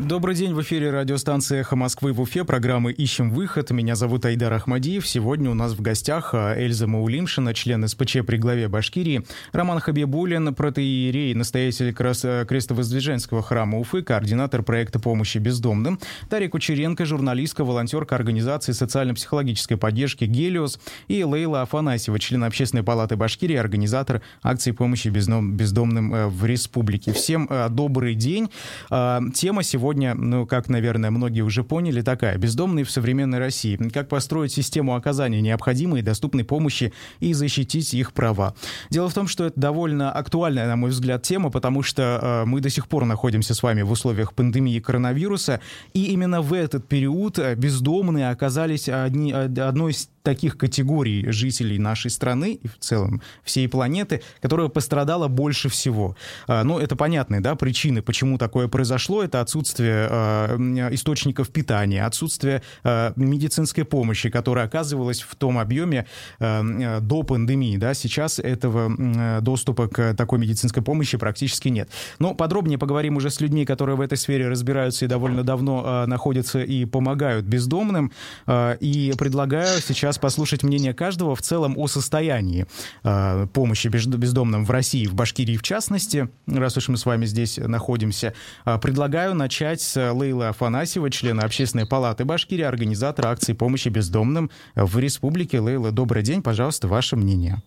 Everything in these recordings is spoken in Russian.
Добрый день, в эфире радиостанция «Эхо Москвы» в Уфе, программы «Ищем выход». Меня зовут Айдар Ахмадиев. Сегодня у нас в гостях Эльза Маулимшина, член СПЧ при главе Башкирии, Роман Хабибуллин, протоиерей, настоятель Крестовоздвиженского храма Уфы, координатор проекта помощи бездомным, Дарья Кучеренко, журналистка, волонтерка организации социально-психологической поддержки «Гелиос», и Лейла Афанасьева, член Общественной палаты Башкирии, организатор акции помощи бездомным в республике. Всем добрый день. Тема сегодня, как, наверное, многие уже поняли, такая: бездомные в современной России. Как построить систему оказания необходимой и доступной помощи и защитить их права. Дело в том, что это довольно актуальная, на мой взгляд, тема, потому что мы до сих пор находимся с вами в условиях пандемии коронавируса, и именно в этот период бездомные оказались одной из таких категорий жителей нашей страны и в целом всей планеты, которая пострадала больше всего. Это понятные, причины, почему такое произошло. Это отсутствие источников питания, отсутствие медицинской помощи, которая оказывалась в том объеме до пандемии. Сейчас этого доступа к такой медицинской помощи практически нет. Но подробнее поговорим уже с людьми, которые в этой сфере разбираются и довольно давно находятся и помогают бездомным. И предлагаю сейчас послушать мнение каждого в целом о состоянии помощи бездомным в России, в Башкирии в частности, раз уж мы с вами здесь находимся. Предлагаю начать с Лейлы Афанасьевой, члена Общественной палаты Башкирии, организатора акции помощи бездомным в республике. Лейла, добрый день, пожалуйста, ваше мнение.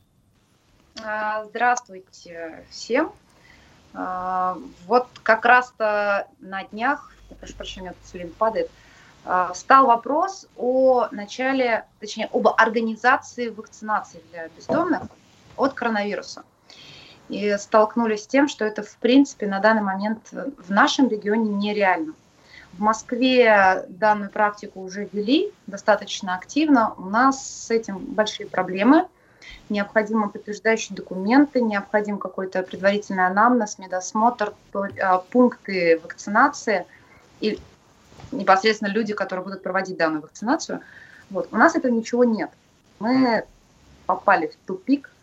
Здравствуйте всем. Вот как раз-то на днях, прошу прощения, тут слин падает, встал вопрос об организации вакцинации для бездомных от коронавируса. И столкнулись с тем, что это, в принципе, на данный момент в нашем регионе нереально. В Москве данную практику уже ввели достаточно активно. У нас с этим большие проблемы. Необходимы подтверждающие документы, необходим какой-то предварительный анамнез, медосмотр, пункты вакцинации и непосредственно люди, которые будут проводить данную вакцинацию. У нас этого ничего нет. Мы попали в тупик.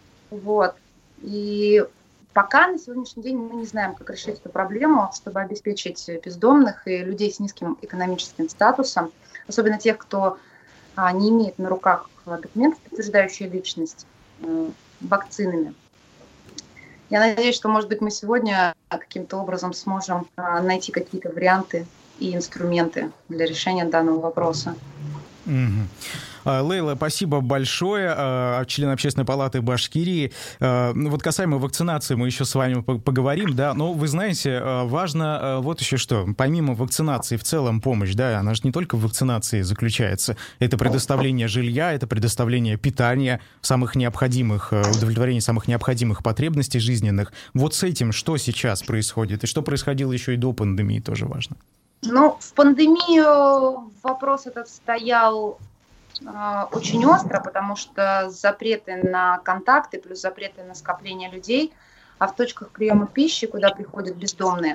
И пока на сегодняшний день мы не знаем, как решить эту проблему, чтобы обеспечить бездомных и людей с низким экономическим статусом, особенно тех, кто не имеет на руках документов, подтверждающие личность, вакцинами. Я надеюсь, что, может быть, мы сегодня каким-то образом сможем найти какие-то варианты и инструменты для решения данного вопроса. Лейла, спасибо большое, член Общественной палаты Башкирии. Касаемо вакцинации мы еще с вами поговорим, но вы знаете, важно вот еще что. Помимо вакцинации в целом помощь, она же не только в вакцинации заключается. Это предоставление жилья, это предоставление питания, самых необходимых, удовлетворение самых необходимых потребностей жизненных. Вот с этим что сейчас происходит? И что происходило еще и до пандемии, тоже важно. В пандемию вопрос этот стоял очень остро, потому что запреты на контакты плюс запреты на скопление людей, а в точках приема пищи, куда приходят бездомные,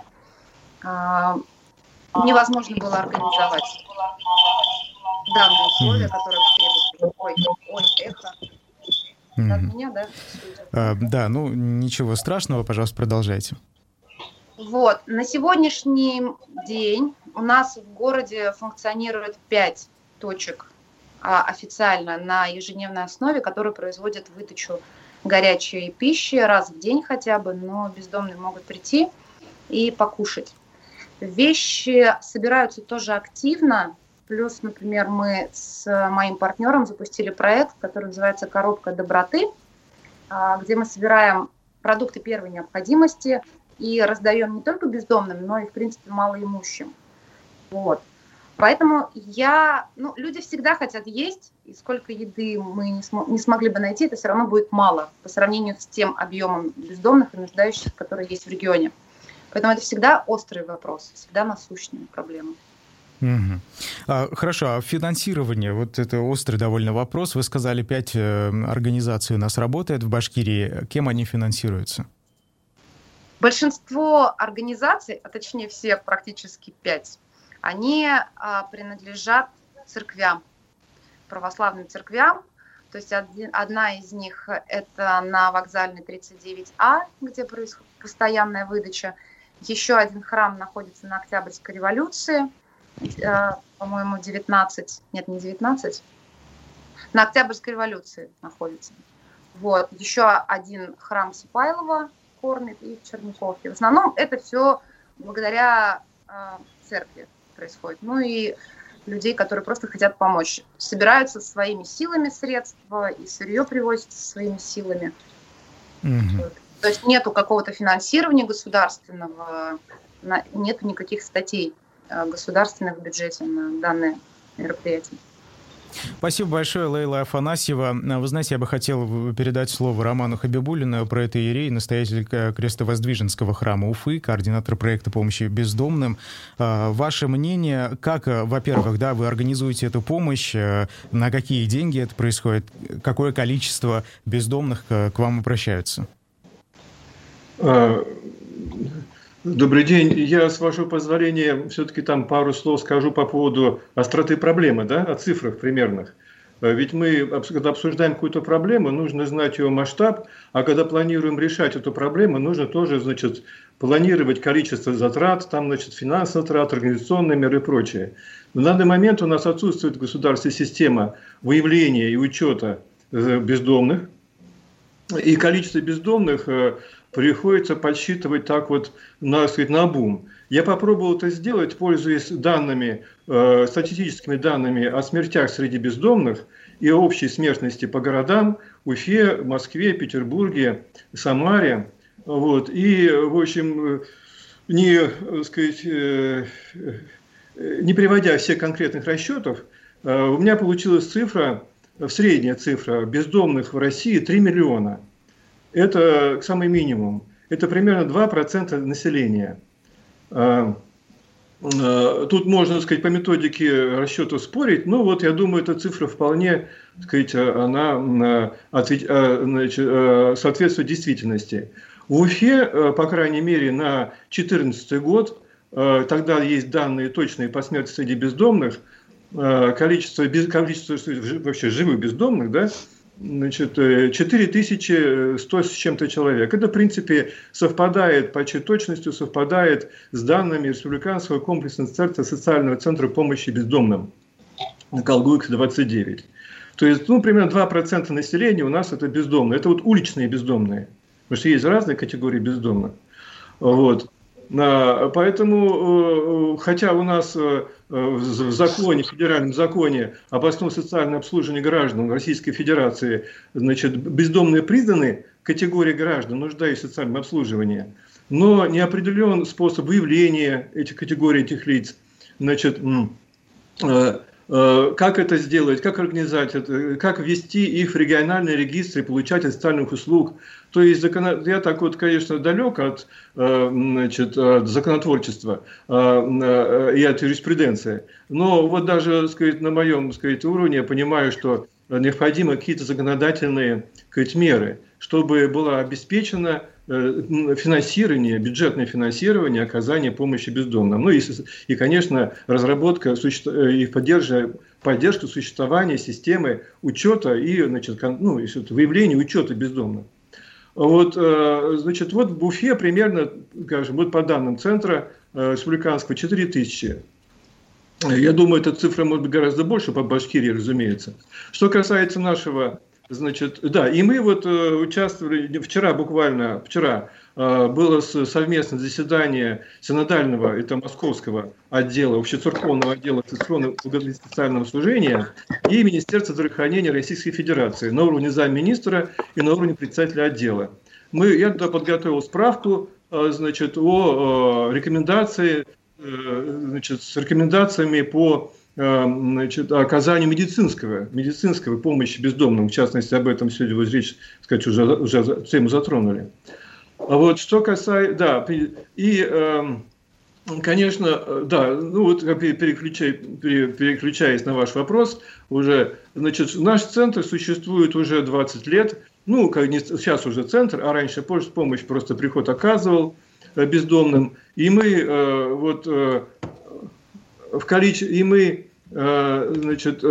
невозможно было организовать данные условия, которые требуют. Эхо. От меня, да? Ничего страшного, пожалуйста, продолжайте. На сегодняшний день у нас в городе функционирует 5 точек официально на ежедневной основе, которые производят выдачу горячей пищи раз в день хотя бы, но бездомные могут прийти и покушать. Вещи собираются тоже активно. Плюс, например, мы с моим партнером запустили проект, который называется «Коробка доброты», где мы собираем продукты первой необходимости и раздаем не только бездомным, но и, в принципе, малоимущим. Поэтому люди всегда хотят есть, и сколько еды мы не смогли бы найти, это все равно будет мало по сравнению с тем объемом бездомных и нуждающихся, которые есть в регионе. Поэтому это всегда острый вопрос, всегда насущная проблема. Хорошо, а финансирование, это острый довольно вопрос. Вы сказали, 5 организаций у нас работает в Башкирии. Кем они финансируются? Большинство организаций, а точнее все, практически 5, они принадлежат церквям, православным церквям. То есть одна из них – это на вокзальной 39А, где происходит постоянная выдача. Еще один храм находится на Октябрьской революции, по-моему, 19, нет, не 19, на Октябрьской революции находится. Вот. Еще один храм Сипайлова кормит и в Черниковке. В основном это все благодаря церкви происходит. Ну и людей, которые просто хотят помочь. Собираются своими силами средства, и сырье привозят своими силами. Вот. То есть нету какого-то финансирования государственного, нету никаких статей государственных в бюджете на данное мероприятие. Спасибо большое, Лейла Афанасьева. Вы знаете, я бы хотел передать слово Роману Хабибуллину, протоиерей, настоятель Крестовоздвиженского храма Уфы, координатор проекта помощи бездомным. Ваше мнение, как, во-первых, да, вы организуете эту помощь, на какие деньги это происходит, какое количество бездомных к вам обращаются? Добрый день. Я, с вашего позволения, все-таки там пару слов скажу по поводу остроты проблемы, да, о цифрах примерных. Ведь мы, когда обсуждаем какую-то проблему, нужно знать ее масштаб, а когда планируем решать эту проблему, нужно тоже, значит, планировать количество затрат, там, значит, финансовых затрат, организационные меры и прочее. На данный момент у нас отсутствует государственная система выявления и учета бездомных, и количество бездомных приходится подсчитывать так вот, наобум. Я попробовал это сделать, пользуясь данными, статистическими данными о смертях среди бездомных и общей смертности по городам Уфе, Москве, Петербурге, Самаре. Вот. И, в общем, не приводя всех конкретных расчетов, у меня получилась цифра, средняя цифра бездомных в России 3 миллиона. Это самый минимум. Это примерно 2% населения. Тут можно, сказать, по методике расчета спорить, но вот я думаю, эта цифра вполне, сказать, она соответствует действительности. В Уфе, по крайней мере, на 2014 год, тогда есть данные точные по смерти среди бездомных, количество вообще живых бездомных, да, значит, 4100 с чем-то человек. Это, в принципе, совпадает, почти точностью совпадает с данными Республиканского комплексного центра социального центра помощи бездомным на Колгуйк-29. То есть, ну, примерно 2% населения у нас это бездомные. Это вот уличные бездомные. Потому что есть разные категории бездомных. Вот. Поэтому, хотя у нас в законе, в федеральном законе об основном социальном обслуживании граждан Российской Федерации, значит, бездомные признаны категорией граждан, нуждающихся в социальном обслуживании, но не определен способ выявления этих категорий, этих лиц. Значит, как это сделать, как организовать это, как ввести их в региональные регистры получателей социальных услуг. То есть я так вот, конечно, далек от, значит, от законотворчества и от юриспруденции, но вот даже, сказать, на моем, сказать, уровне я понимаю, что необходимы какие-то законодательные, сказать, меры, чтобы было обеспечено финансирование, бюджетное финансирование оказания помощи бездомным. Ну и, конечно, разработка и поддержка существования системы учета и, значит, выявления учета бездомных. Вот, значит, вот в Уфе примерно, скажем, вот по данным центра республиканского 4000. Я думаю, эта цифра может быть гораздо больше по Башкирии, разумеется. Что касается нашего, значит, да, и мы вот участвовали вчера, буквально вчера, было совместное заседание синодального, это московского отдела, общецерковного отдела социального служения и Министерства здравоохранения Российской Федерации на уровне замминистра и на уровне председателя отдела. Я туда подготовил справку, значит, о рекомендации, значит, с рекомендациями по, значит, оказанию медицинской помощи бездомным. В частности, об этом сегодня вот речь, сказать, уже тему затронули. А вот что касается, да, и, конечно, да, ну вот переключаясь на ваш вопрос, уже, значит, наш центр существует уже 20 лет, ну, сейчас уже центр, а раньше помощь просто приход оказывал бездомным, и мы вот в количестве, и мы, значит,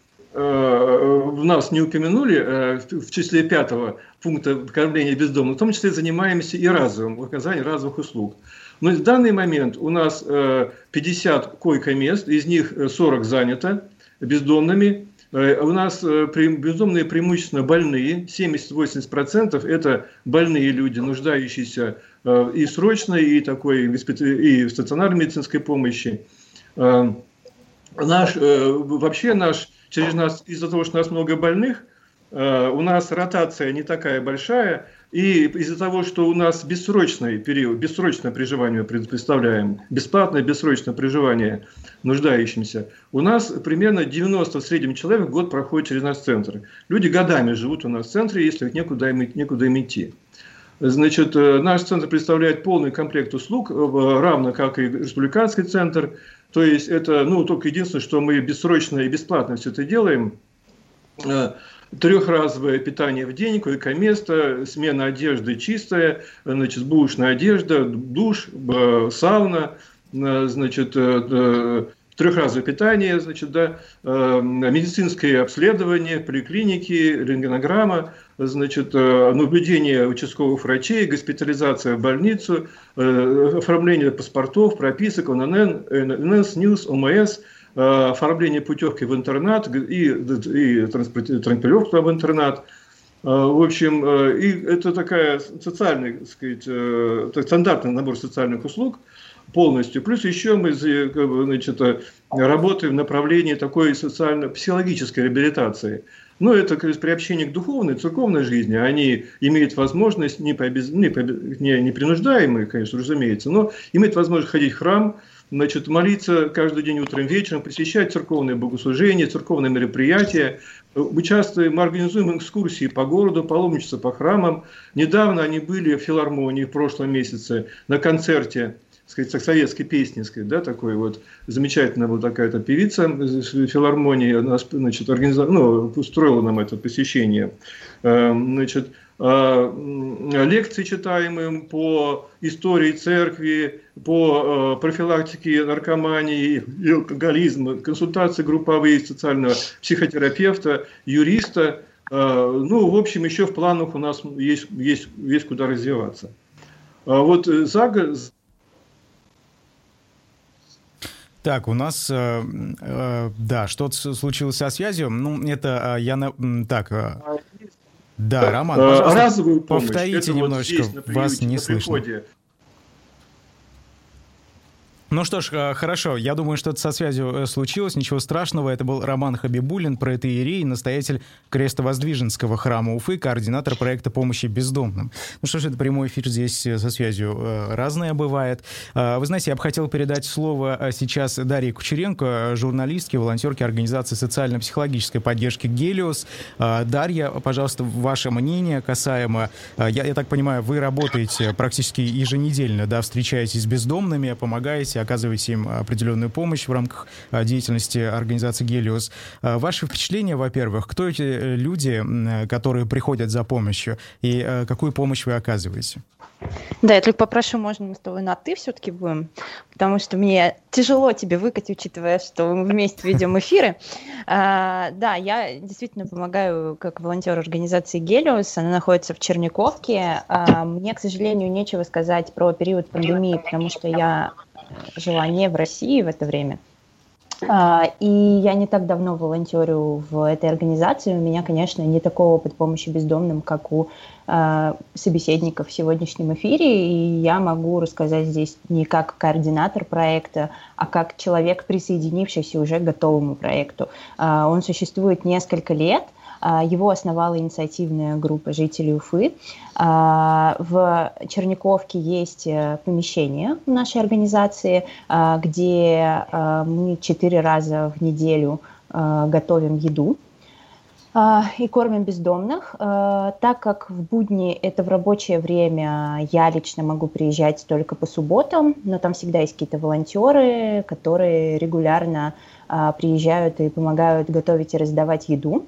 в нас не упомянули в числе 5-го пункта кормления бездомных, в том числе занимаемся и разовым, оказанием разовых услуг. Но в данный момент у нас 50 койко-мест, из них 40 занято бездомными. У нас бездомные преимущественно больные, 70-80% это больные люди, нуждающиеся и в срочной, и в стационарной медицинской помощи. Из-за того, что у нас много больных, у нас ротация не такая большая, и из-за того, что у нас бессрочное проживание представляем, бесплатное бессрочное проживание нуждающимся, у нас примерно 90 в среднем человек в год проходит через наш центр. Люди годами живут у нас в центре, если их некуда им идти. Значит, наш центр представляет полный комплект услуг, равно как и республиканский центр. То есть это, только единственное, что мы бессрочно и бесплатно все это делаем. Трехразовое питание в день, койко-место, смена одежды чистая, значит, бушная одежда, душ, сауна, значит, трехразовое питание, значит, медицинское обследование, поликлиники, рентгенограмма, значит, наблюдение участковых врачей, госпитализация в больницу, оформление паспортов, прописок, НН, СНИЛС, ОМС, оформление путевки в интернат и транспортировка в интернат. В общем, и это такая социальный, так сказать, стандартный набор социальных услуг полностью. Плюс еще мы, значит, работаем в направлении такой социально-психологической реабилитации. Это приобщение к духовной, церковной жизни. Они имеют возможность, не принуждаемые, конечно, разумеется, но имеют возможность ходить в храм, значит, молиться каждый день утром, вечером, посещать церковные богослужения, церковные мероприятия. Мы организуем экскурсии по городу, паломничество по храмам. Недавно они были в филармонии в прошлом месяце на концерте, так сказать, советской песни, да, такой вот замечательная вот такая-то певица в филармонии, значит, устроила нам это посещение. Значит, лекции читаем по истории церкви, по профилактике наркомании и алкоголизма, консультации групповые социального психотерапевта, юриста. В общем, еще в планах у нас есть куда развиваться. Вот за год... Так, у нас, что-то случилось со связью. Да, Роман, пожалуйста, повторите немножечко, вас не слышно. Ну что ж, хорошо, я думаю, что-то со связью случилось, ничего страшного. Это был Роман Хабибуллин, протоиерей, настоятель Крестовоздвиженского храма Уфы, координатор проекта помощи бездомным. Ну что ж, это прямой эфир, здесь со связью разное бывает. Вы знаете, я бы хотел передать слово сейчас Дарье Кучеренко, журналистке, волонтерке организации социально-психологической поддержки «Гелиос». Дарья, пожалуйста, ваше мнение касаемо... Я так понимаю, вы работаете практически еженедельно, да, встречаетесь с бездомными, помогаете, оказываете им определенную помощь в рамках деятельности организации «Гелиос». Ваши впечатления, во-первых, кто эти люди, которые приходят за помощью, и какую помощь вы оказываете? Да, я только попрошу, можно мы с тобой на «ты» все-таки будем, потому что мне тяжело тебе выкать, учитывая, что мы вместе ведем эфиры. Да, я действительно помогаю как волонтер организации «Гелиос», она находится в Черняковке. Мне, к сожалению, нечего сказать про период пандемии, потому что я жила не в России в это время. И я не так давно волонтерю в этой организации. У меня, конечно, не такой опыт помощи бездомным, как у собеседников в сегодняшнем эфире. И я могу рассказать здесь не как координатор проекта, а как человек, присоединившийся уже к готовому проекту. Он существует несколько лет. Его основала инициативная группа жителей Уфы. В Черняковке есть помещение в нашей организации, где мы 4 раза в неделю готовим еду и кормим бездомных. Так как в будни это в рабочее время, я лично могу приезжать только по субботам, но там всегда есть какие-то волонтеры, которые регулярно приезжают и помогают готовить и раздавать еду.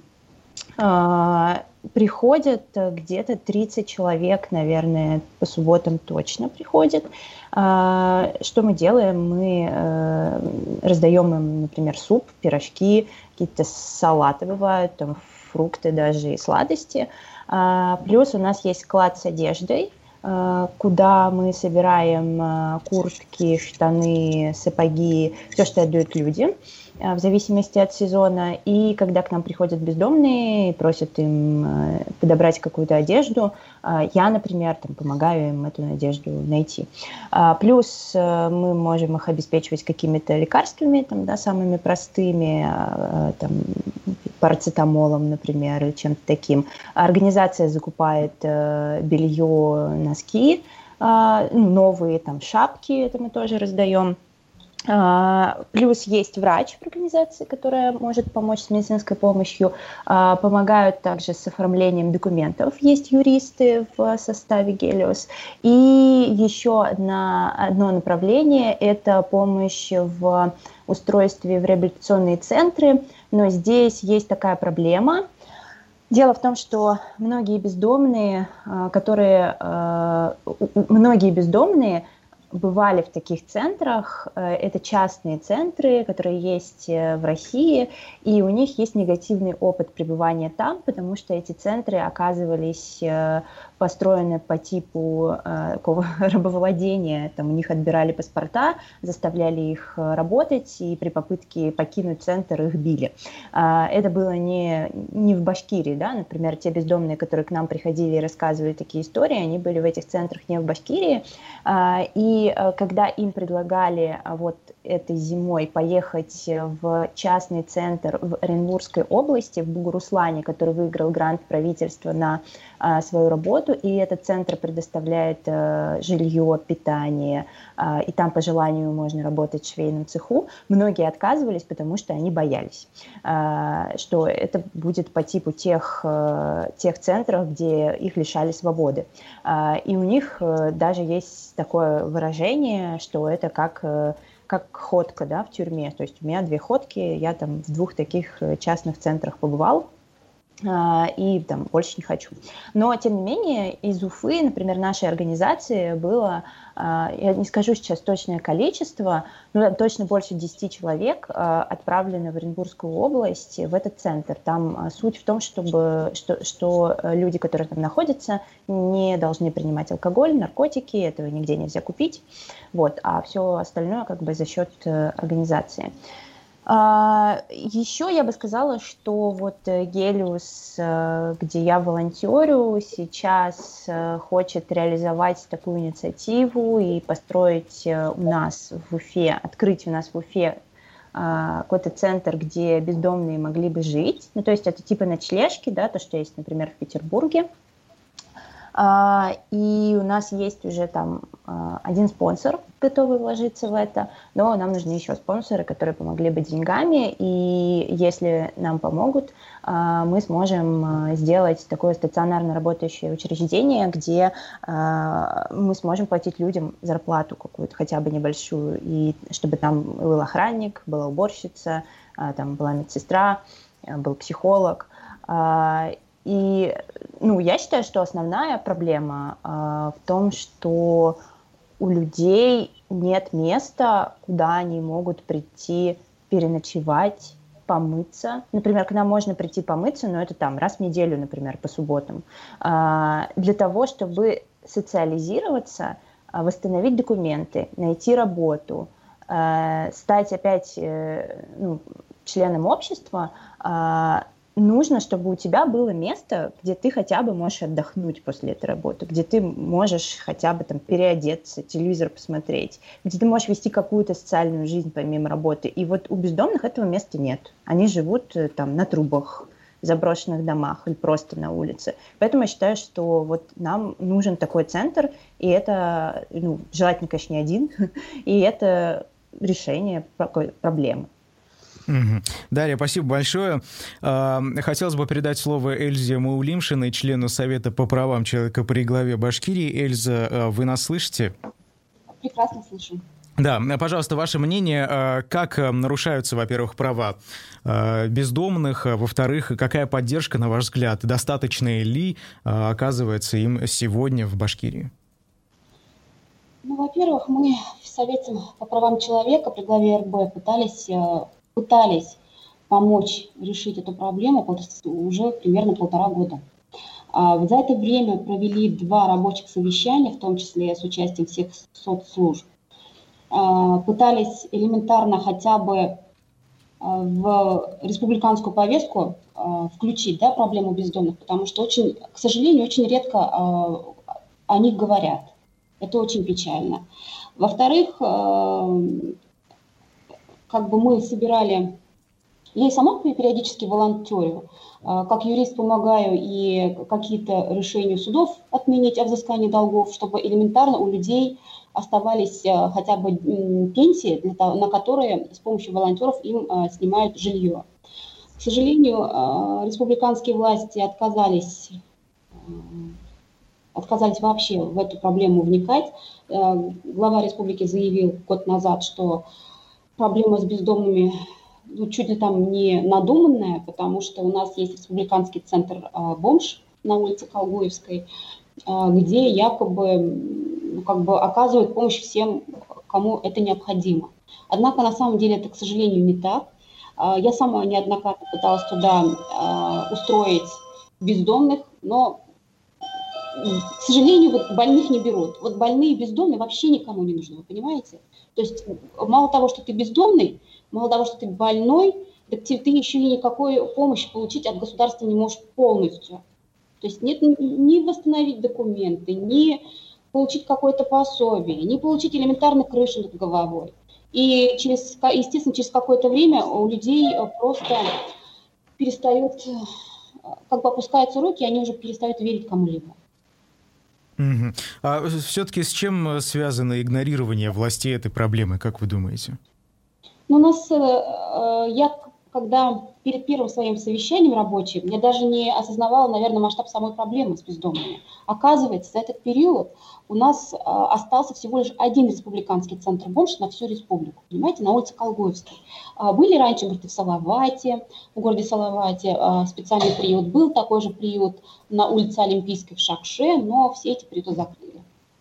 Приходят где-то 30 человек, наверное, по субботам точно приходят. Что мы делаем? Мы раздаем им, например, суп, пирожки, какие-то салаты бывают, там, фрукты даже и сладости. Плюс у нас есть склад с одеждой. куда мы собираем куртки, штаны, сапоги, все, что отдают люди, в зависимости от сезона. И когда к нам приходят бездомные и просят им подобрать какую-то одежду, я, например, помогаю им эту одежду найти. Плюс мы можем их обеспечивать какими-то лекарствами, самыми простыми, парацетамолом, например, или чем-то таким. Организация закупает белье, носки, новые шапки, это мы тоже раздаем. Плюс есть врач в организации, которая может помочь с медицинской помощью. Помогают также с оформлением документов. Есть юристы в составе Гелиос. И еще одно направление – это помощь в устройстве в реабилитационные центры. Но здесь есть такая проблема. Дело в том, что многие бездомные бывали в таких центрах. Это частные центры, которые есть в России, и у них есть негативный опыт пребывания там, потому что эти центры оказывались построены по типу такого рабовладения. У них отбирали паспорта, заставляли их работать, и при попытке покинуть центр их били. Это было не в Башкирии, да? Например, те бездомные, которые к нам приходили и рассказывали такие истории, они были в этих центрах не в Башкирии. И когда им предлагали вот этой зимой поехать в частный центр в Оренбургской области, в Бугуруслане, который выиграл грант правительства на свою работу, и этот центр предоставляет жилье, питание, и там по желанию можно работать в швейном цеху, многие отказывались, потому что они боялись, что это будет по типу тех центров, где их лишали свободы. И у них даже есть такое выражение, что это как ходка, да, в тюрьме. То есть у меня 2 ходки, я в 2 таких частных центрах побывал, и больше не хочу. Но, тем не менее, из Уфы, например, нашей организации было, я не скажу сейчас точное количество, но точно больше 10 человек отправлены в Оренбургскую область, в этот центр. Там суть в том, что люди, которые там находятся, не должны принимать алкоголь, наркотики, этого нигде нельзя купить, а все остальное за счет организации. Еще я бы сказала, что Гелиос, где я волонтерю, сейчас хочет реализовать такую инициативу и построить у нас в Уфе, открыть у нас в Уфе какой-то центр, где бездомные могли бы жить. Ну, то есть это типа ночлежки, да, то, что есть, например, в Петербурге. И у нас есть уже один спонсор, готовый вложиться в это, но нам нужны еще спонсоры, которые помогли бы деньгами, и если нам помогут, мы сможем сделать такое стационарно работающее учреждение, где мы сможем платить людям зарплату какую-то, хотя бы небольшую, и чтобы там был охранник, была уборщица, там была медсестра, был психолог. И я считаю, что основная проблема в том, что у людей нет места, куда они могут прийти переночевать, помыться. Например, к нам можно прийти помыться, но это раз в неделю, например, по субботам. Для того, чтобы социализироваться, восстановить документы, найти работу, стать опять членом общества, нужно, чтобы у тебя было место, где ты хотя бы можешь отдохнуть после этой работы, где ты можешь хотя бы переодеться, телевизор посмотреть, где ты можешь вести какую-то социальную жизнь помимо работы. И у бездомных этого места нет. Они живут на трубах, в заброшенных домах или просто на улице. Поэтому я считаю, что нам нужен такой центр, и это, желательно, конечно, не один, и это решение проблемы. Дарья, спасибо большое. Хотелось бы передать слово Эльзе Маулимшиной, члену Совета по правам человека при главе Башкирии. Эльза, вы нас слышите? Прекрасно слышу. Да, пожалуйста, ваше мнение, как нарушаются, во-первых, права бездомных, во-вторых, какая поддержка, на ваш взгляд, достаточная ли оказывается им сегодня в Башкирии? Во-первых, мы в Совете по правам человека при главе РБ пытались помочь решить эту проблему уже примерно 1,5 года. За это время провели 2 рабочих совещания, в том числе с участием всех соцслужб. Пытались элементарно хотя бы в республиканскую повестку включить, да, проблему бездомных, потому что очень, к сожалению, очень редко о них говорят. Это очень печально. Во-вторых, как бы мы собирали, я и сама периодически волонтерю, как юрист помогаю и какие-то решения судов отменить о взыскании долгов, чтобы элементарно у людей оставались хотя бы пенсии, на которые с помощью волонтеров им снимают жилье. К сожалению, республиканские власти отказались вообще в эту проблему вникать. Глава республики заявил год назад, что проблема с бездомными чуть ли там не надуманная, потому что у нас есть республиканский центр «Бомж» на улице Колгуевской, где якобы оказывают помощь всем, кому это необходимо. Однако на самом деле это, к сожалению, не так. Я сама неоднократно пыталась туда устроить бездомных, но, к сожалению, вот больных не берут. Вот больные и бездомные вообще никому не нужны, вы понимаете? То есть мало того, что ты бездомный, мало того, что ты больной, так ты еще и никакой помощи получить от государства не можешь полностью. То есть нет ни восстановить документы, ни получить какое-то пособие, ни получить элементарно крышу над головой. И, естественно, через какое-то время у людей просто перестают, как бы опускаются руки, и они уже перестают верить кому-либо. Угу. А все-таки с чем связано игнорирование властей этой проблемы, как вы думаете? Ну, я когда перед первым своим совещанием рабочим, я даже не осознавала, наверное, масштаб самой проблемы с бездомными. Оказывается, за этот период у нас остался всего лишь один республиканский центр «Бомж» на всю республику, понимаете, на улице Колгуевской. Были раньше, говорит, в Салавате, в городе Салавате специальный приют, был такой же приют на улице Олимпийской в Шакше, но все эти приюты закрыли.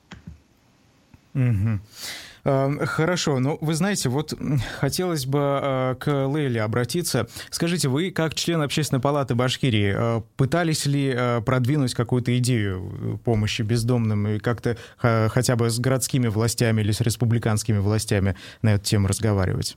Угу. Хорошо, но вы знаете, вот хотелось бы к Лейле обратиться. Скажите, вы как член Общественной палаты Башкирии пытались ли продвинуть какую-то идею помощи бездомным и как-то хотя бы с городскими властями или с республиканскими властями на эту тему разговаривать?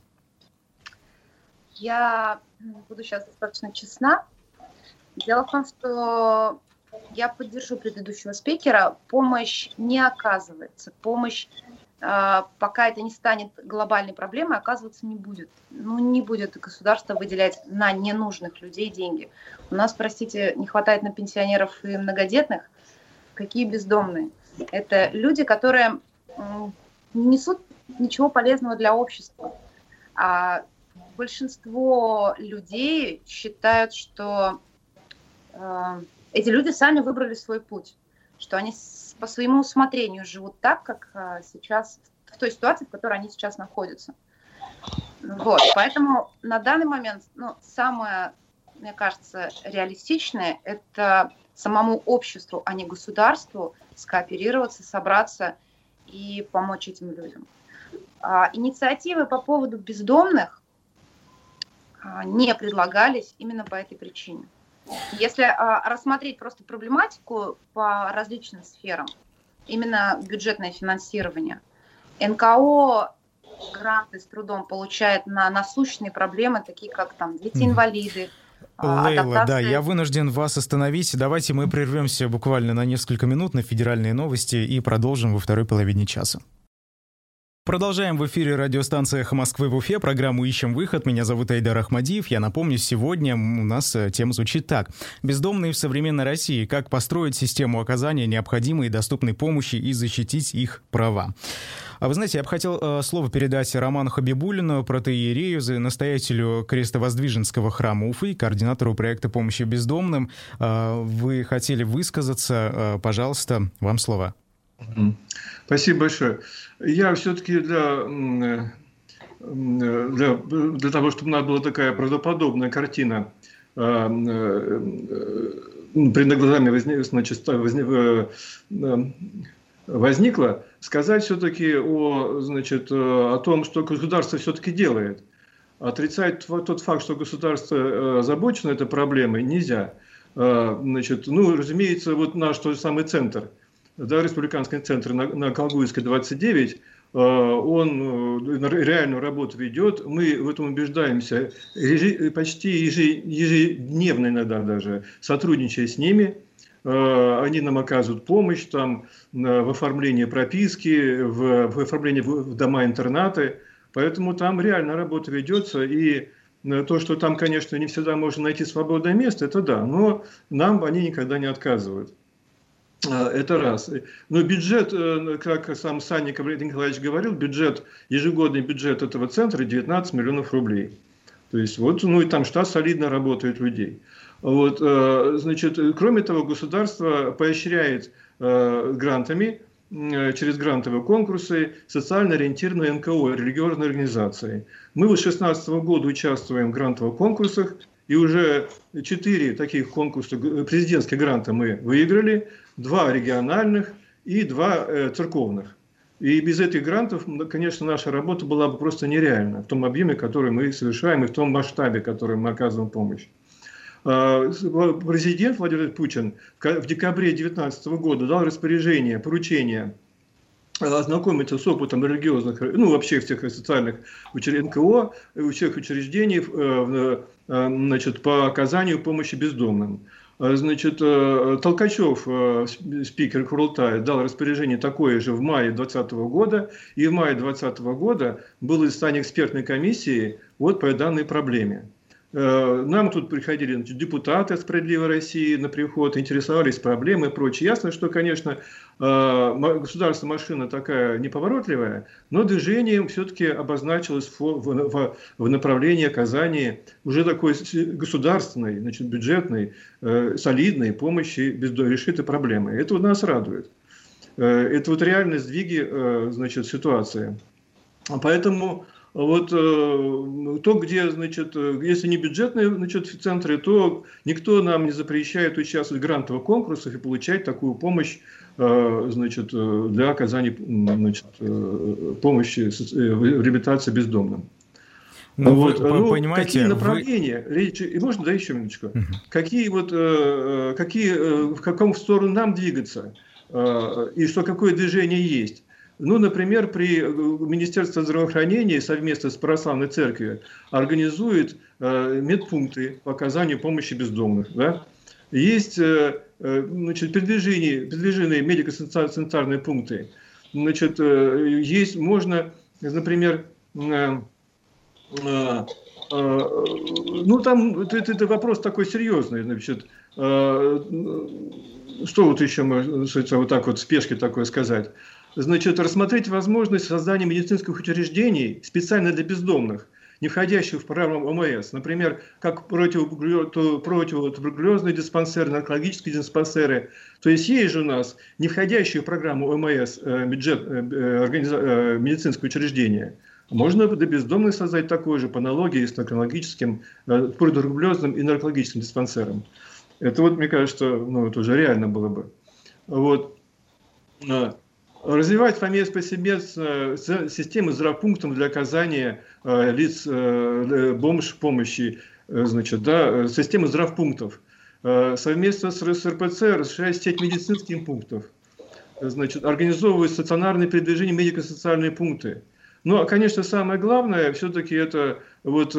Я буду сейчас достаточно честна. Дело в том, что я поддержу предыдущего спикера. Помощь не оказывается. Помощь, пока это не станет глобальной проблемой, оказываться не будет. Ну, не будет государство выделять на ненужных людей деньги. У нас, простите, не хватает на пенсионеров и многодетных. Какие бездомные? Это люди, которые не несут ничего полезного для общества. А большинство людей считают, что эти люди сами выбрали свой путь, что они по своему усмотрению живут так, как сейчас, в той ситуации, в которой они сейчас находятся. Вот. Поэтому на данный момент самое, мне кажется, реалистичное – это самому обществу, а не государству, скооперироваться, собраться и помочь этим людям. Инициативы по поводу бездомных не предлагались именно по этой причине. Если рассмотреть просто проблематику по различным сферам, именно бюджетное финансирование, НКО гранты с трудом получает на насущные проблемы, такие как там дети-инвалиды. Лейла, да, я вынужден вас остановить. Давайте мы прервемся буквально на несколько минут на федеральные новости и продолжим во второй половине часа. Продолжаем в эфире радиостанции «Эхо Москвы» в Уфе, программу «Ищем выход». Меня зовут Айдар Ахмадиев. Я напомню, сегодня у нас тема звучит так. Бездомные в современной России. Как построить систему оказания необходимой и доступной помощи и защитить их права. А вы знаете, я бы хотел слово передать Роману Хабибуллину, протоиерею, настоятелю Крестовоздвиженского храма Уфы, координатору проекта помощи бездомным. Вы хотели высказаться. Пожалуйста, вам слово. Спасибо большое. Я все-таки для того, чтобы у нас была такая правдоподобная картина, перед глазами возникла, сказать все-таки о том, что государство все-таки делает. Отрицать тот факт, что государство озабочено этой проблемой, нельзя. Значит, ну, разумеется, вот наш тот же самый центр, да, республиканский центр на Колгуйской 29, он реальную работу ведет, мы в этом убеждаемся, почти ежедневно иногда даже, сотрудничая с ними. Они нам оказывают помощь там, в оформлении прописки, в оформлении в дома-интернаты, поэтому там реально работа ведется, и то, что там, конечно, не всегда можно найти свободное место, это да, но нам они никогда не отказывают. Это раз. Но бюджет, как сам Санников Николаевич говорил, ежегодный бюджет этого центра 19 миллионов рублей. То есть вот, ну и там штат солидно работает людей. Вот, значит, кроме того, государство поощряет грантами, через грантовые конкурсы, социально ориентированные НКО, религиозные организации. Мы с 2016 года участвуем в грантовых конкурсах, и уже 4 таких конкурса, президентских гранта мы выиграли, 2 региональных и 2 церковных. И без этих грантов, конечно, наша работа была бы просто нереальна в том объеме, который мы совершаем, и в том масштабе, который мы оказываем помощь. Президент Владимир Путин в декабре 2019 года дал распоряжение, поручение ознакомиться с опытом религиозных, ну вообще всех социальных НКО, всех учреждений, значит, по оказанию помощи бездомным. Значит, Толкачев, спикер Курултая, дал распоряжение такое же в мае 2020 года, и в мае 2020 года был создание экспертной комиссии вот по данной проблеме. Нам тут приходили депутаты «Справедливой России» на приход, интересовались проблемой и прочее. Ясно, что, конечно, государственная машина такая неповоротливая, но движением все-таки обозначилось в направлении оказания уже такой государственной, значит, бюджетной, солидной помощи решить этой проблемы. Это нас радует. Это вот реальные сдвиги, значит, ситуации. Поэтому вот то, где, значит, если не бюджетные, значит, центры, то никто нам не запрещает участвовать в грантовых конкурсах и получать такую помощь, значит, для оказания, значит, помощи в реабилитации бездомным. Ну, вот, понимаете, какие направления, и можно, да, еще минуточку, какие вот, в каком сторону нам двигаться, и что какое движение есть. Ну, например, при Министерстве здравоохранения совместно с Православной Церковью организует медпункты по оказанию помощи бездомных. Да? Есть, значит, передвижные медико-санитарные пункты. Значит, есть, можно, например, ну, там это вопрос такой серьезный, значит, что вот еще можно вот так вот в спешке такое сказать. Значит, рассмотреть возможность создания медицинских учреждений специально для бездомных, не входящих в программу ОМС. Например, как противотуберкулезные диспансеры, наркологические диспансеры. То есть же у нас не входящие в программу ОМС медицинское учреждение. Можно для бездомных создать такое же по аналогии с наркологическим, противотуберкулезным и наркологическим диспансером. Это вот, мне кажется, ну, это уже реально было бы. Вот. Развивать повсеместно системы здравпунктов для оказания лиц помощи, значит, да, системы здравпунктов. Совместно с РСРПЦ расширять сеть медицинских пунктов. Значит, организовывать стационарные передвижения медико-социальные пункты. Ну, а, конечно, самое главное все-таки это вот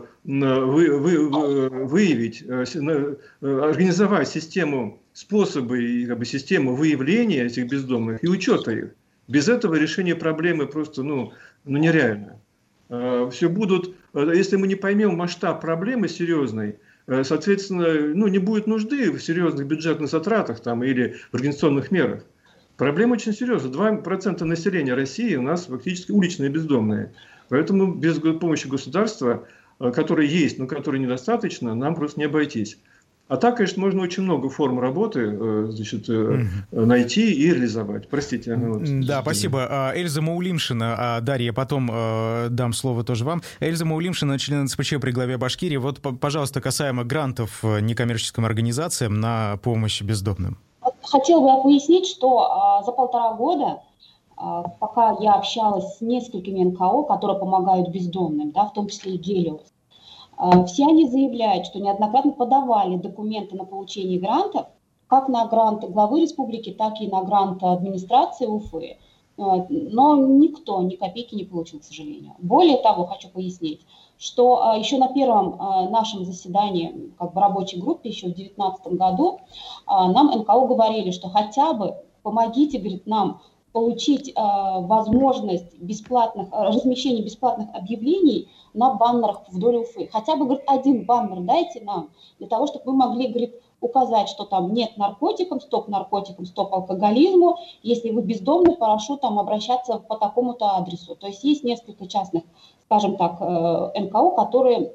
выявить, организовать систему, способы и как бы, систему выявления этих бездомных и учета их. Без этого решение проблемы просто нереально. Все будут, если мы не поймем масштаб проблемы серьезной, соответственно, не будет нужды в серьезных бюджетных затратах там, или в организационных мерах. Проблема очень серьезная. 2% населения России у нас фактически уличные бездомные. Поэтому без помощи государства, которое есть, но которое недостаточно, нам просто не обойтись. А так, конечно, можно очень много форм работы, значит, найти и реализовать. Простите. Да, спасибо. Эльза Маулимшина, Дарья, потом дам слово тоже вам. Эльза Маулимшина, член НСПЧ при главе Башкирии. Вот, пожалуйста, касаемо грантов некоммерческим организациям на помощь бездомным. Хотела бы я пояснить, что за 1,5 года, пока я общалась с несколькими НКО, которые помогают бездомным, да, в том числе и Гелиос, Все они заявляют, что неоднократно подавали документы на получение грантов, как на гранты главы республики, так и на гранты администрации Уфы. Но никто ни копейки не получил, к сожалению. Более того, хочу пояснить, что еще на первом нашем заседании, как бы рабочей группе, еще в 2019 году, нам НКО говорили, что хотя бы помогите, говорит, нам получить возможность размещения бесплатных объявлений на баннерах вдоль Уфы. Хотя бы, говорит, один баннер дайте нам, для того, чтобы мы могли, говорит, указать, что там нет наркотикам, стоп алкоголизму, если вы бездомный, прошу там обращаться по такому-то адресу. То есть есть несколько частных, скажем так, НКО, которые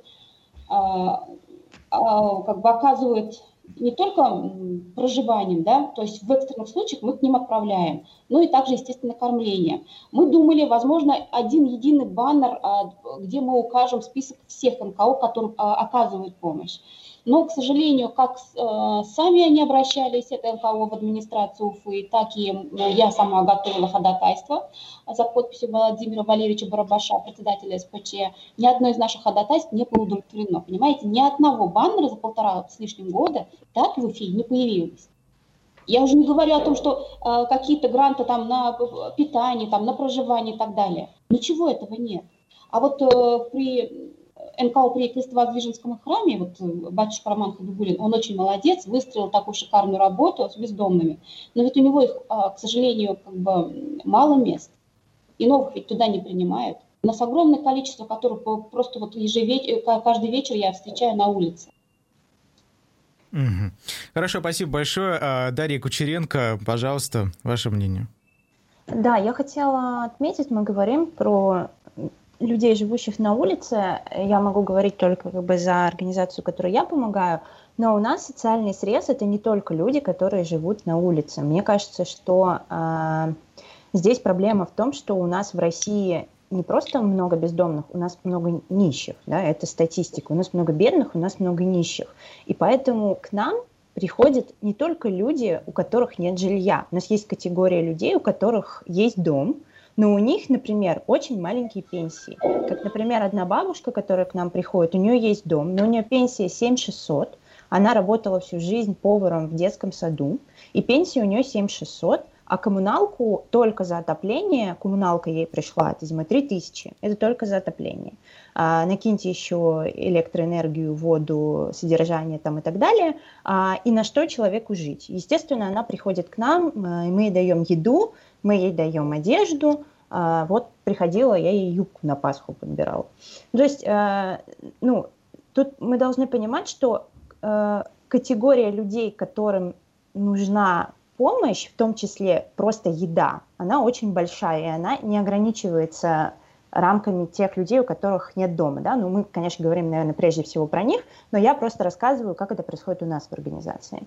как бы оказывают не только проживанием, да, то есть в экстренных случаях мы к ним отправляем, но и также, естественно, кормление. Мы думали, возможно, один единый баннер, где мы укажем список всех НКО, которым оказывают помощь. Но, к сожалению, как сами они обращались, это НКО, в администрацию Уфы, так и я сама готовила ходатайство за подписью Владимира Валерьевича Барабаша, председателя СПЧ. Ни одно из наших ходатайств не было удовлетворено. Понимаете, ни одного баннера за 1,5 с лишним года так в Уфе не появилось. Я уже не говорю о том, что какие-то гранты там на питание, там, на проживание и так далее. Ничего этого нет. А вот при НКО при Крестовоздвиженском храме, вот батюшка Роман Хабибуллин, он очень молодец, выстроил такую шикарную работу с бездомными. Но ведь у него их, к сожалению, как бы мало мест. И новых ведь туда не принимают. У нас огромное количество, которых просто вот каждый вечер я встречаю на улице. Угу. Хорошо, спасибо большое. Дарья Кучеренко, пожалуйста, ваше мнение. Да, я хотела отметить, мы говорим про людей, живущих на улице. Я могу говорить только как бы за организацию, которой я помогаю, но у нас социальный срез – это не только люди, которые живут на улице. Мне кажется, что здесь проблема в том, что у нас в России не просто много бездомных, у нас много нищих, да, это статистика. У нас много бедных, у нас много нищих. И поэтому к нам приходят не только люди, у которых нет жилья. У нас есть категория людей, у которых есть дом, но у них, например, очень маленькие пенсии. Как, например, одна бабушка, которая к нам приходит, у нее есть дом, но у нее пенсия 7600, она работала всю жизнь поваром в детском саду, и пенсия у нее 7600, а коммуналку только за отопление, коммуналка ей пришла от изимы 3000, это только за отопление. Накиньте еще электроэнергию, воду, содержание там и так далее, и на что человеку жить. Естественно, она приходит к нам, мы ей даем еду, мы ей даем одежду. Вот приходила, я ей юбку на Пасху подбирала. То есть, тут мы должны понимать, что категория людей, которым нужна помощь, в том числе просто еда, она очень большая, и она не ограничивается рамками тех людей, у которых нет дома. Да? Ну, мы, конечно, говорим, наверное, прежде всего про них, но я просто рассказываю, как это происходит у нас в организации.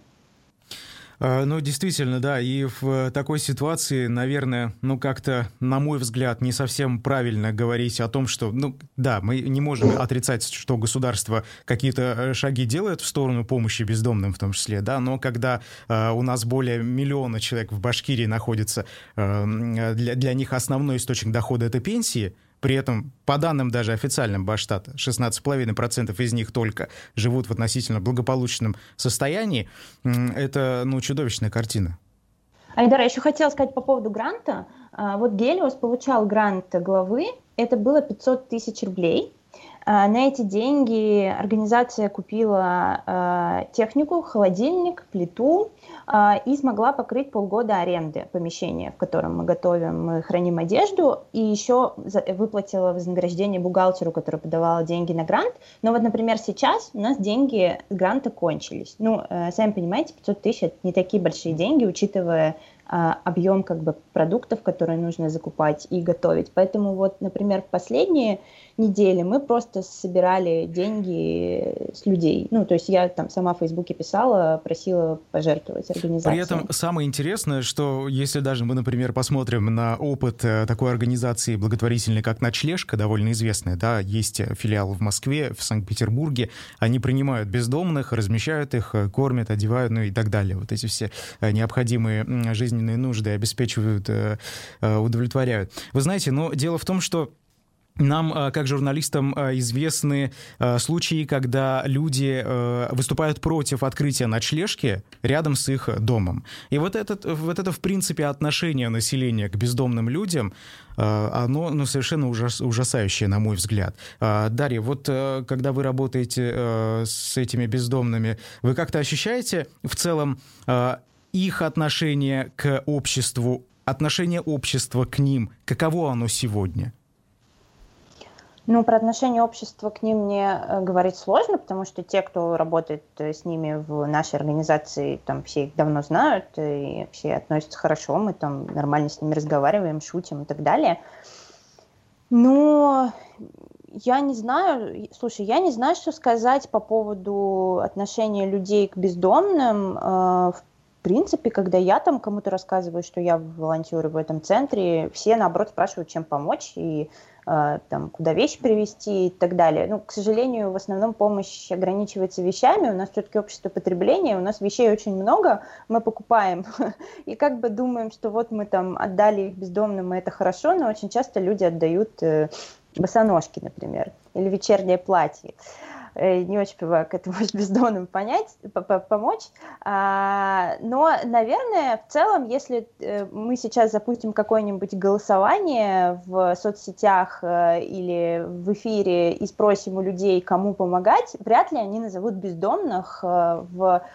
Ну, действительно, да, и в такой ситуации, наверное, как-то, на мой взгляд, не совсем правильно говорить о том, что, да, мы не можем отрицать, что государство какие-то шаги делает в сторону помощи бездомным в том числе, да, но когда у нас более 1 миллиона человек в Башкирии находится, для них основной источник дохода — это пенсии. При этом, по данным даже официальным Башстата, 16,5% из них только живут в относительно благополучном состоянии. Это, чудовищная картина. Айдар, я еще хотела сказать по поводу гранта. Вот Гелиос получал грант главы, это было 500 тысяч рублей. На эти деньги организация купила технику, холодильник, плиту и смогла покрыть полгода аренды помещения, в котором мы готовим, мы храним одежду, и еще выплатила вознаграждение бухгалтеру, который подавал деньги на грант. Но вот, например, сейчас у нас деньги с гранта кончились. Сами понимаете, 500 тысяч – это не такие большие деньги, учитывая объем как бы продуктов, которые нужно закупать и готовить. Поэтому вот, например, в последние недели мы просто собирали деньги с людей. То есть я там сама в Фейсбуке писала, просила пожертвовать организации. При этом самое интересное, что если даже мы, например, посмотрим на опыт такой организации благотворительной, как «Ночлежка», довольно известная, да, есть филиал в Москве, в Санкт-Петербурге, они принимают бездомных, размещают их, кормят, одевают, и так далее. Вот эти все необходимые жизненные нужды обеспечивают, удовлетворяют. Вы знаете, но дело в том, что Нам, как журналистам, известны случаи, когда люди выступают против открытия ночлежки рядом с их домом. И вот это в принципе, отношение населения к бездомным людям, оно совершенно ужасающее, на мой взгляд. Дарья, вот когда вы работаете с этими бездомными, вы как-то ощущаете в целом их отношение к обществу, отношение общества к ним, каково оно сегодня? Ну, про отношение общества к ним мне говорить сложно, потому что те, кто работает с ними в нашей организации, там все их давно знают, и все относятся хорошо, мы там нормально с ними разговариваем, шутим и так далее. Но я не знаю, что сказать по поводу отношения людей к бездомным. В принципе, когда я там кому-то рассказываю, что я волонтерю в этом центре, все, наоборот, спрашивают, чем помочь, и там, куда вещи привезти и так далее. Ну, к сожалению, в основном помощь ограничивается вещами. У нас все-таки общество потребления, у нас вещей очень много, мы покупаем. И как бы думаем, что вот мы там отдали их бездомным, и это хорошо, но очень часто люди отдают босоножки, например, или вечернее платье. Не очень понимаю, как это может бездомным помочь. Но, наверное, в целом, если мы сейчас запустим какое-нибудь голосование в соцсетях или в эфире и спросим у людей, кому помогать, вряд ли они назовут бездомных в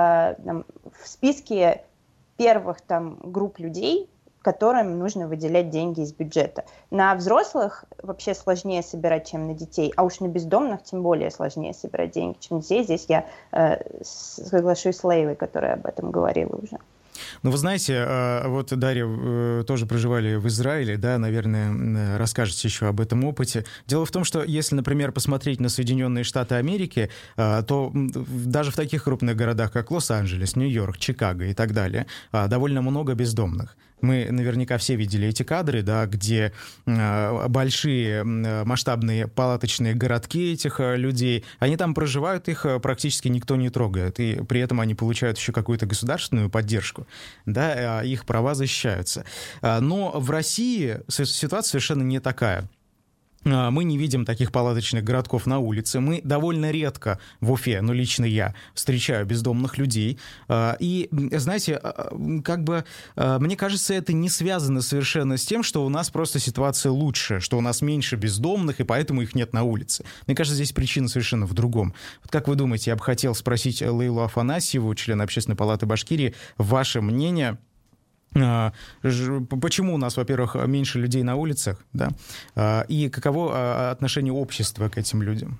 списке первых там групп людей, которым нужно выделять деньги из бюджета. На взрослых вообще сложнее собирать, чем на детей, а уж на бездомных тем более сложнее собирать деньги, чем на детей. Здесь я соглашусь с Лейлой, которая об этом говорила уже. Ну, вы знаете, вот, Дарья, вы тоже проживали в Израиле, да, наверное, расскажете еще об этом опыте. Дело в том, что если, например, посмотреть на Соединенные Штаты Америки, то даже в таких крупных городах, как Лос-Анджелес, Нью-Йорк, Чикаго и так далее, довольно много бездомных. Мы наверняка все видели эти кадры, да, где большие масштабные палаточные городки этих людей, они там проживают, их практически никто не трогает, и при этом они получают еще какую-то государственную поддержку, да, их права защищаются. Но в России ситуация совершенно не такая. Мы не видим таких палаточных городков на улице. Мы довольно редко в Уфе, ну, лично я, встречаю бездомных людей. И, знаете, как бы, мне кажется, это не связано совершенно с тем, что у нас просто ситуация лучше, что у нас меньше бездомных, и поэтому их нет на улице. Мне кажется, здесь причина совершенно в другом. Вот как вы думаете, я бы хотел спросить Лейлу Афанасьеву, члена Общественной палаты Башкирии, ваше мнение. Почему у нас, во-первых, меньше людей на улицах, да? И каково отношение общества к этим людям?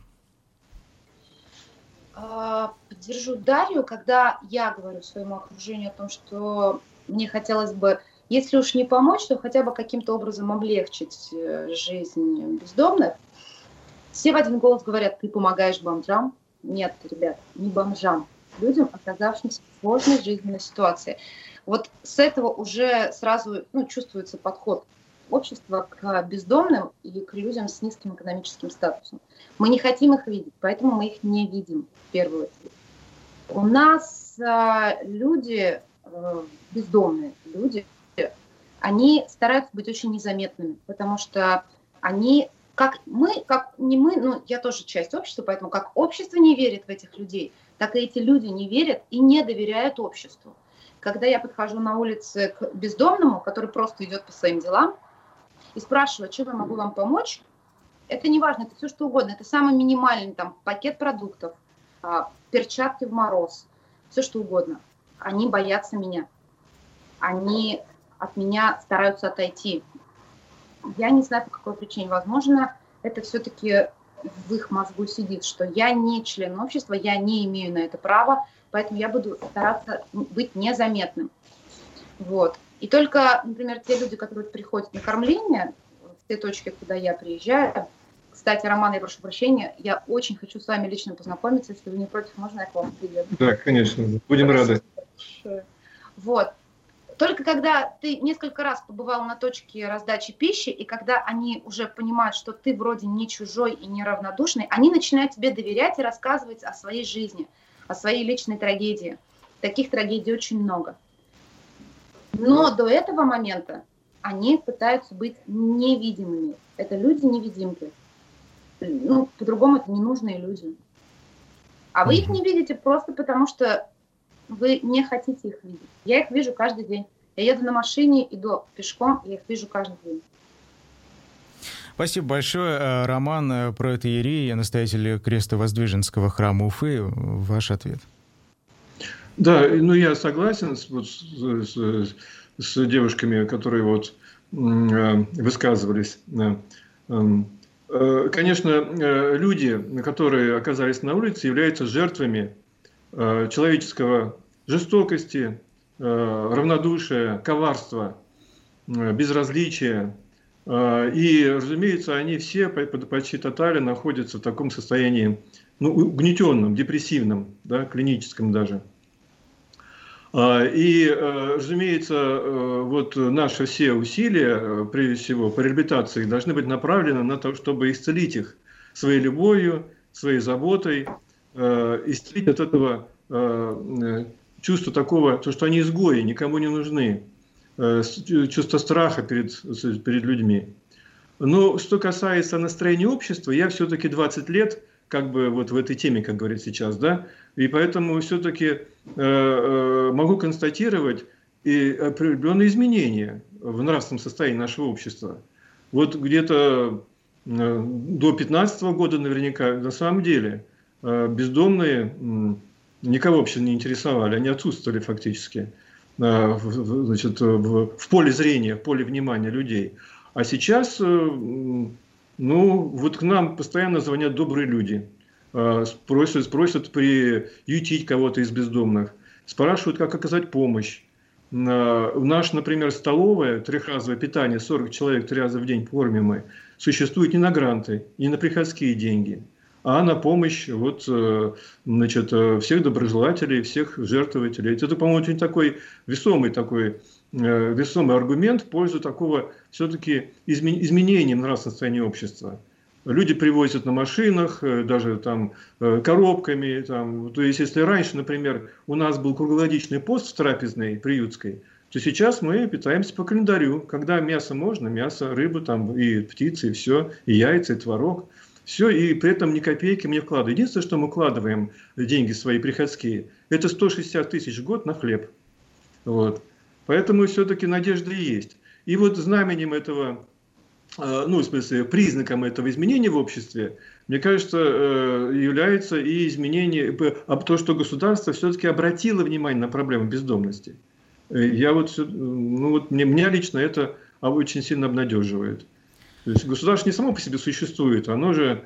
Поддержу Дарью, когда я говорю своему окружению о том, что мне хотелось бы, если уж не помочь, то хотя бы каким-то образом облегчить жизнь бездомных. Все в один голос говорят: ты помогаешь бомжам. Нет, ребят, не бомжам, людям, оказавшимся в сложной жизненной ситуации. Вот с этого уже сразу чувствуется подход общества к бездомным и к людям с низким экономическим статусом. Мы не хотим их видеть, поэтому мы их не видим в первую очередь. У нас люди, бездомные люди, они стараются быть очень незаметными, потому что они, я тоже часть общества, поэтому как общество не верит в этих людей, так и эти люди не верят и не доверяют обществу. Когда я подхожу на улице к бездомному, который просто идет по своим делам, и спрашиваю, чем я могу вам помочь, это не важно, это все что угодно, это самый минимальный там пакет продуктов, перчатки в мороз, все что угодно. Они боятся меня, они от меня стараются отойти. Я не знаю, по какой причине. Возможно, это все-таки в их мозгу сидит, что я не член общества, я не имею на это права, поэтому я буду стараться быть незаметным. Вот. И только, например, те люди, которые приходят на кормление, в те точки, куда я приезжаю. Кстати, Роман, я прошу прощения, я очень хочу с вами лично познакомиться, если вы не против, можно я к вам приеду? Да, конечно, будем рады. Вот. Только когда ты несколько раз побывал на точке раздачи пищи, и когда они уже понимают, что ты вроде не чужой и не равнодушный, они начинают тебе доверять и рассказывать о своей жизни, о своей личной трагедии. Таких трагедий очень много. Но до этого момента они пытаются быть невидимыми. Это люди-невидимки. Ну, по-другому это ненужные люди. А вы их не видите просто потому, что вы не хотите их видеть. Я их вижу каждый день. Я еду на машине, иду пешком, я их вижу каждый день. Спасибо большое. Роман, протоиерей, настоятель Крестовоздвиженского храма Уфы. Ваш ответ. Да, ну я согласен с девушками, которые вот высказывались. Конечно, люди, которые оказались на улице, являются жертвами человеческого жестокости, равнодушия, коварства, безразличия. И, разумеется, они все почти тотально находятся в таком состоянии, ну, угнетенном, депрессивном, да, клиническом даже. И, разумеется, вот наши все усилия, прежде всего, по реабилитации, должны быть направлены на то, чтобы исцелить их своей любовью, своей заботой, исцелить от этого чувства такого, что они изгои, никому не нужны, чувство страха перед людьми. Но что касается настроения общества, я все-таки 20 лет как бы вот в этой теме, как говорят сейчас, да, и поэтому все-таки могу констатировать и определенные изменения в нравственном состоянии нашего общества. Вот где-то до 15 года наверняка, на самом деле, бездомные никого вообще не интересовали, они отсутствовали фактически, значит, в поле зрения, в поле внимания людей. А сейчас, ну, вот к нам постоянно звонят добрые люди, просят приютить кого-то из бездомных, спрашивают, как оказать помощь. Наша, например, столовая, трехразовое питание, 40 человек 3 раза в день кормим мы, существует не на гранты, не на приходские деньги, а на помощь вот, значит, всех доброжелателей, всех жертвователей. Это, по-моему, очень такой весомый аргумент в пользу такого все-таки изменения нравственного состояния общества. Люди привозят на машинах, даже там коробками. Там. То есть, если раньше, например, у нас был круглогодичный пост в трапезной, приютской, то сейчас мы питаемся по календарю. Когда мясо можно, мясо, рыба, там, и птицы, и все, и яйца, и творог. Все, и при этом ни копейки мы не вкладываем. Единственное, что мы вкладываем деньги свои приходские, это 160 тысяч в год на хлеб. Вот. Поэтому все-таки надежда есть. И вот знаменем этого, ну, в смысле, признаком этого изменения в обществе, мне кажется, является и изменение, то, что государство все-таки обратило внимание на проблему бездомности. Я вот, ну, вот меня лично это очень сильно обнадеживает. То есть государство не само по себе существует, оно же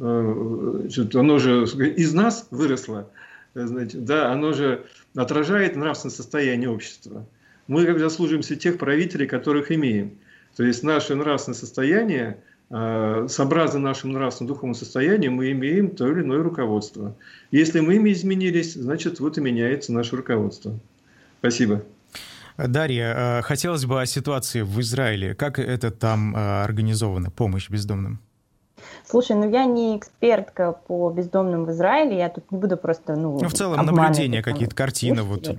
из нас выросло, значит, да, оно же отражает нравственное состояние общества. Мы как заслуживаемся тех правителей, которых имеем. То есть наше нравственное состояние, сообразно нашему нравственному духовному состоянию, мы имеем то или иное руководство. Если мы ими изменились, значит, вот и меняется наше руководство. Спасибо. Дарья, хотелось бы о ситуации в Израиле. Как это там организовано, помощь бездомным? Слушай, ну я не экспертка по бездомным в Израиле, я тут не буду просто, в целом наблюдения, какие-то картины. Вот.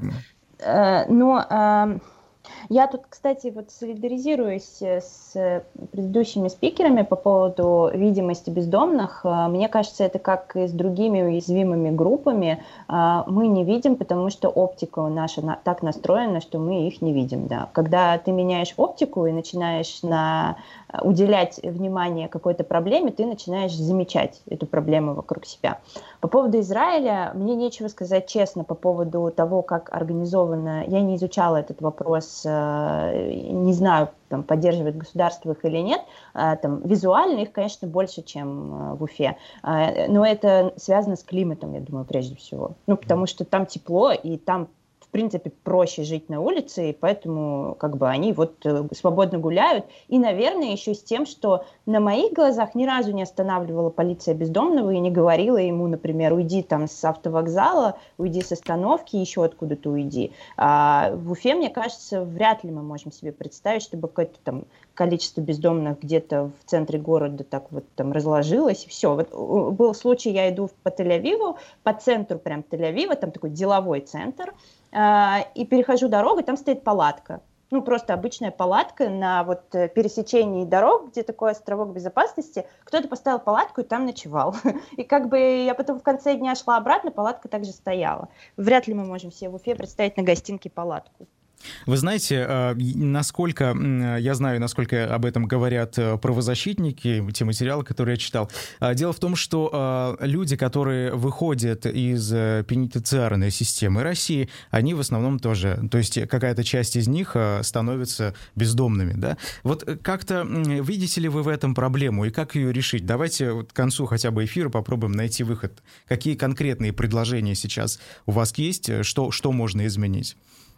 Но я тут, кстати, вот солидаризируюсь с предыдущими спикерами по поводу видимости бездомных. Мне кажется, это как и с другими уязвимыми группами. Мы не видим, потому что оптика наша так настроена, что мы их не видим. Да. Когда ты меняешь оптику и начинаешь уделять внимание какой-то проблеме, ты начинаешь замечать эту проблему вокруг себя. По поводу Израиля, мне нечего сказать честно по поводу того, как организовано. Я не изучала этот вопрос, не знаю, там, поддерживает государство их или нет. Там, визуально их, конечно, больше, чем в Уфе. Но это связано с климатом, я думаю, прежде всего. Ну, потому что там тепло, и там, в принципе, проще жить на улице, и поэтому как бы они вот свободно гуляют. И, наверное, еще с тем, что на моих глазах ни разу не останавливала полиция бездомного и не говорила ему, например, уйди там с автовокзала, уйди с остановки, еще откуда-то уйди. А в Уфе, мне кажется, вряд ли мы можем себе представить, чтобы какое-то там количество бездомных где-то в центре города так вот там разложилось, и все. Вот был случай, я иду по Тель-Авиву, по центру прям Тель-Авива, там такой деловой центр, и перехожу дорогу, там стоит палатка. ну, просто обычная палатка на вот пересечении дорог, где такой островок безопасности. Кто-то поставил палатку и там ночевал. И как бы я потом в конце дня шла обратно, палатка также стояла. Вряд ли мы можем себе в Уфе представить на гостинке палатку. Вы знаете, насколько я знаю, насколько об этом говорят правозащитники, те материалы, которые я читал. Дело в том, что люди, которые выходят из пенитенциарной системы России, они в основном тоже, то есть какая-то часть из них становится бездомными, да? Вот как-то видите ли вы в этом проблему и как ее решить? Давайте вот к концу хотя бы эфира попробуем найти выход. Какие конкретные предложения сейчас у вас есть? Что можно изменить?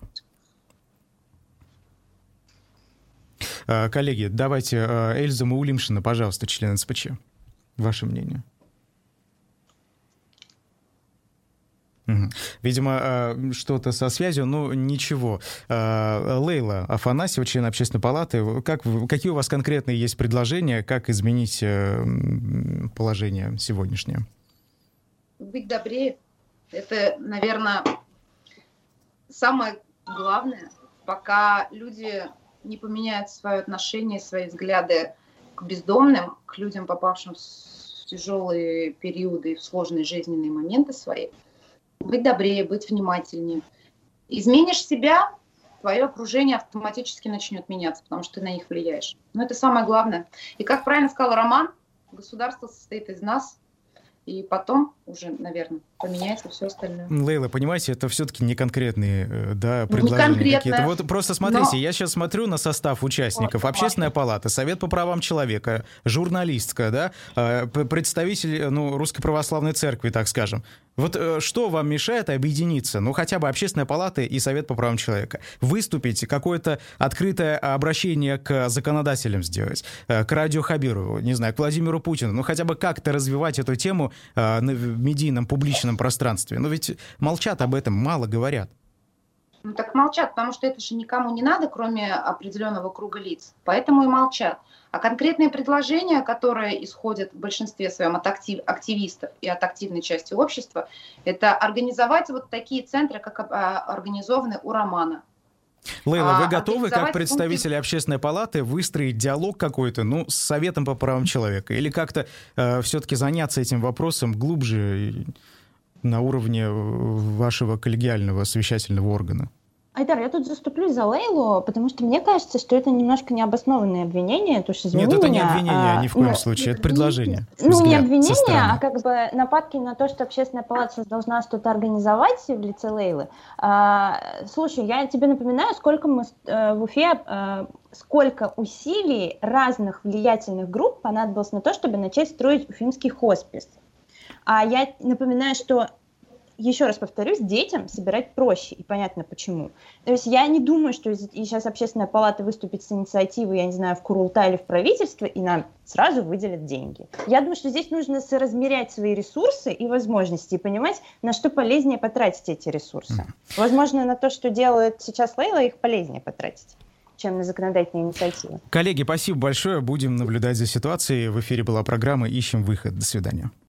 Коллеги, давайте Эльза Маулимшина, пожалуйста, член СПЧ. Ваше мнение. Угу. Видимо, что-то со связью, но ничего. Лейла Афанасьева, член Общественной палаты, какие у вас конкретные есть предложения, как изменить положение сегодняшнее? Быть добрее. Это, наверное, самое главное, пока люди не поменяют свое отношение, свои взгляды к бездомным, к людям, попавшим в тяжелые периоды и в сложные жизненные моменты свои. Быть добрее, быть внимательнее. Изменишь себя, твое окружение автоматически начнет меняться, потому что ты на них влияешь. Но это самое главное. И как правильно сказал Роман, государство состоит из нас, и потом уже, наверное, поменяется все остальное. Лейла, понимаете, это все-таки не конкретные предложения какие-то. Вот просто смотрите, я сейчас смотрю на состав участников. Общественная палата, Совет по правам человека, журналистка, да, представитель Русской Православной Церкви, так скажем. Вот что вам мешает объединиться? Ну, хотя бы Общественная палата и Совет по правам человека. Выступить, какое-то открытое обращение к законодателям сделать, к Радио Хабирову, не знаю, к Владимиру Путину. Ну, хотя бы как-то развивать эту тему в медийном, публичном пространстве. Но ведь молчат об этом, мало говорят. Ну, так молчат, потому что это же никому не надо, кроме определенного круга лиц. Поэтому и молчат. А конкретные предложения, которые исходят в большинстве своем от активистов и от активной части общества, это организовать вот такие центры, как организованы у Романа. Лейла, вы готовы, как представители Общественной палаты, выстроить диалог какой-то, с Советом по правам человека? Или как-то все-таки заняться этим вопросом глубже на уровне вашего коллегиального совещательного органа? Айдар, я тут заступлюсь за Лейлу, потому что мне кажется, что это немножко необоснованное обвинение. То, что, Нет, это не обвинение ни в коем случае, это предложение. Не обвинение, а как бы нападки на то, что Общественная палата сейчас должна что-то организовать в лице Лейлы. Слушай, я тебе напоминаю, сколько мы в Уфе, сколько усилий разных влиятельных групп понадобилось на то, чтобы начать строить уфимский хоспис. А я напоминаю, что, еще раз повторюсь, детям собирать проще, и понятно почему. То есть я не думаю, что сейчас Общественная палата выступит с инициативой, я не знаю, в Курултай или в правительство, и нам сразу выделят деньги. Я думаю, что здесь нужно соразмерять свои ресурсы и возможности, и понимать, на что полезнее потратить эти ресурсы. Возможно, на то, что делает сейчас Лейла, их полезнее потратить, чем на законодательные инициативы. Коллеги, спасибо большое. Будем наблюдать за ситуацией. В эфире была программа «Ищем выход». До свидания.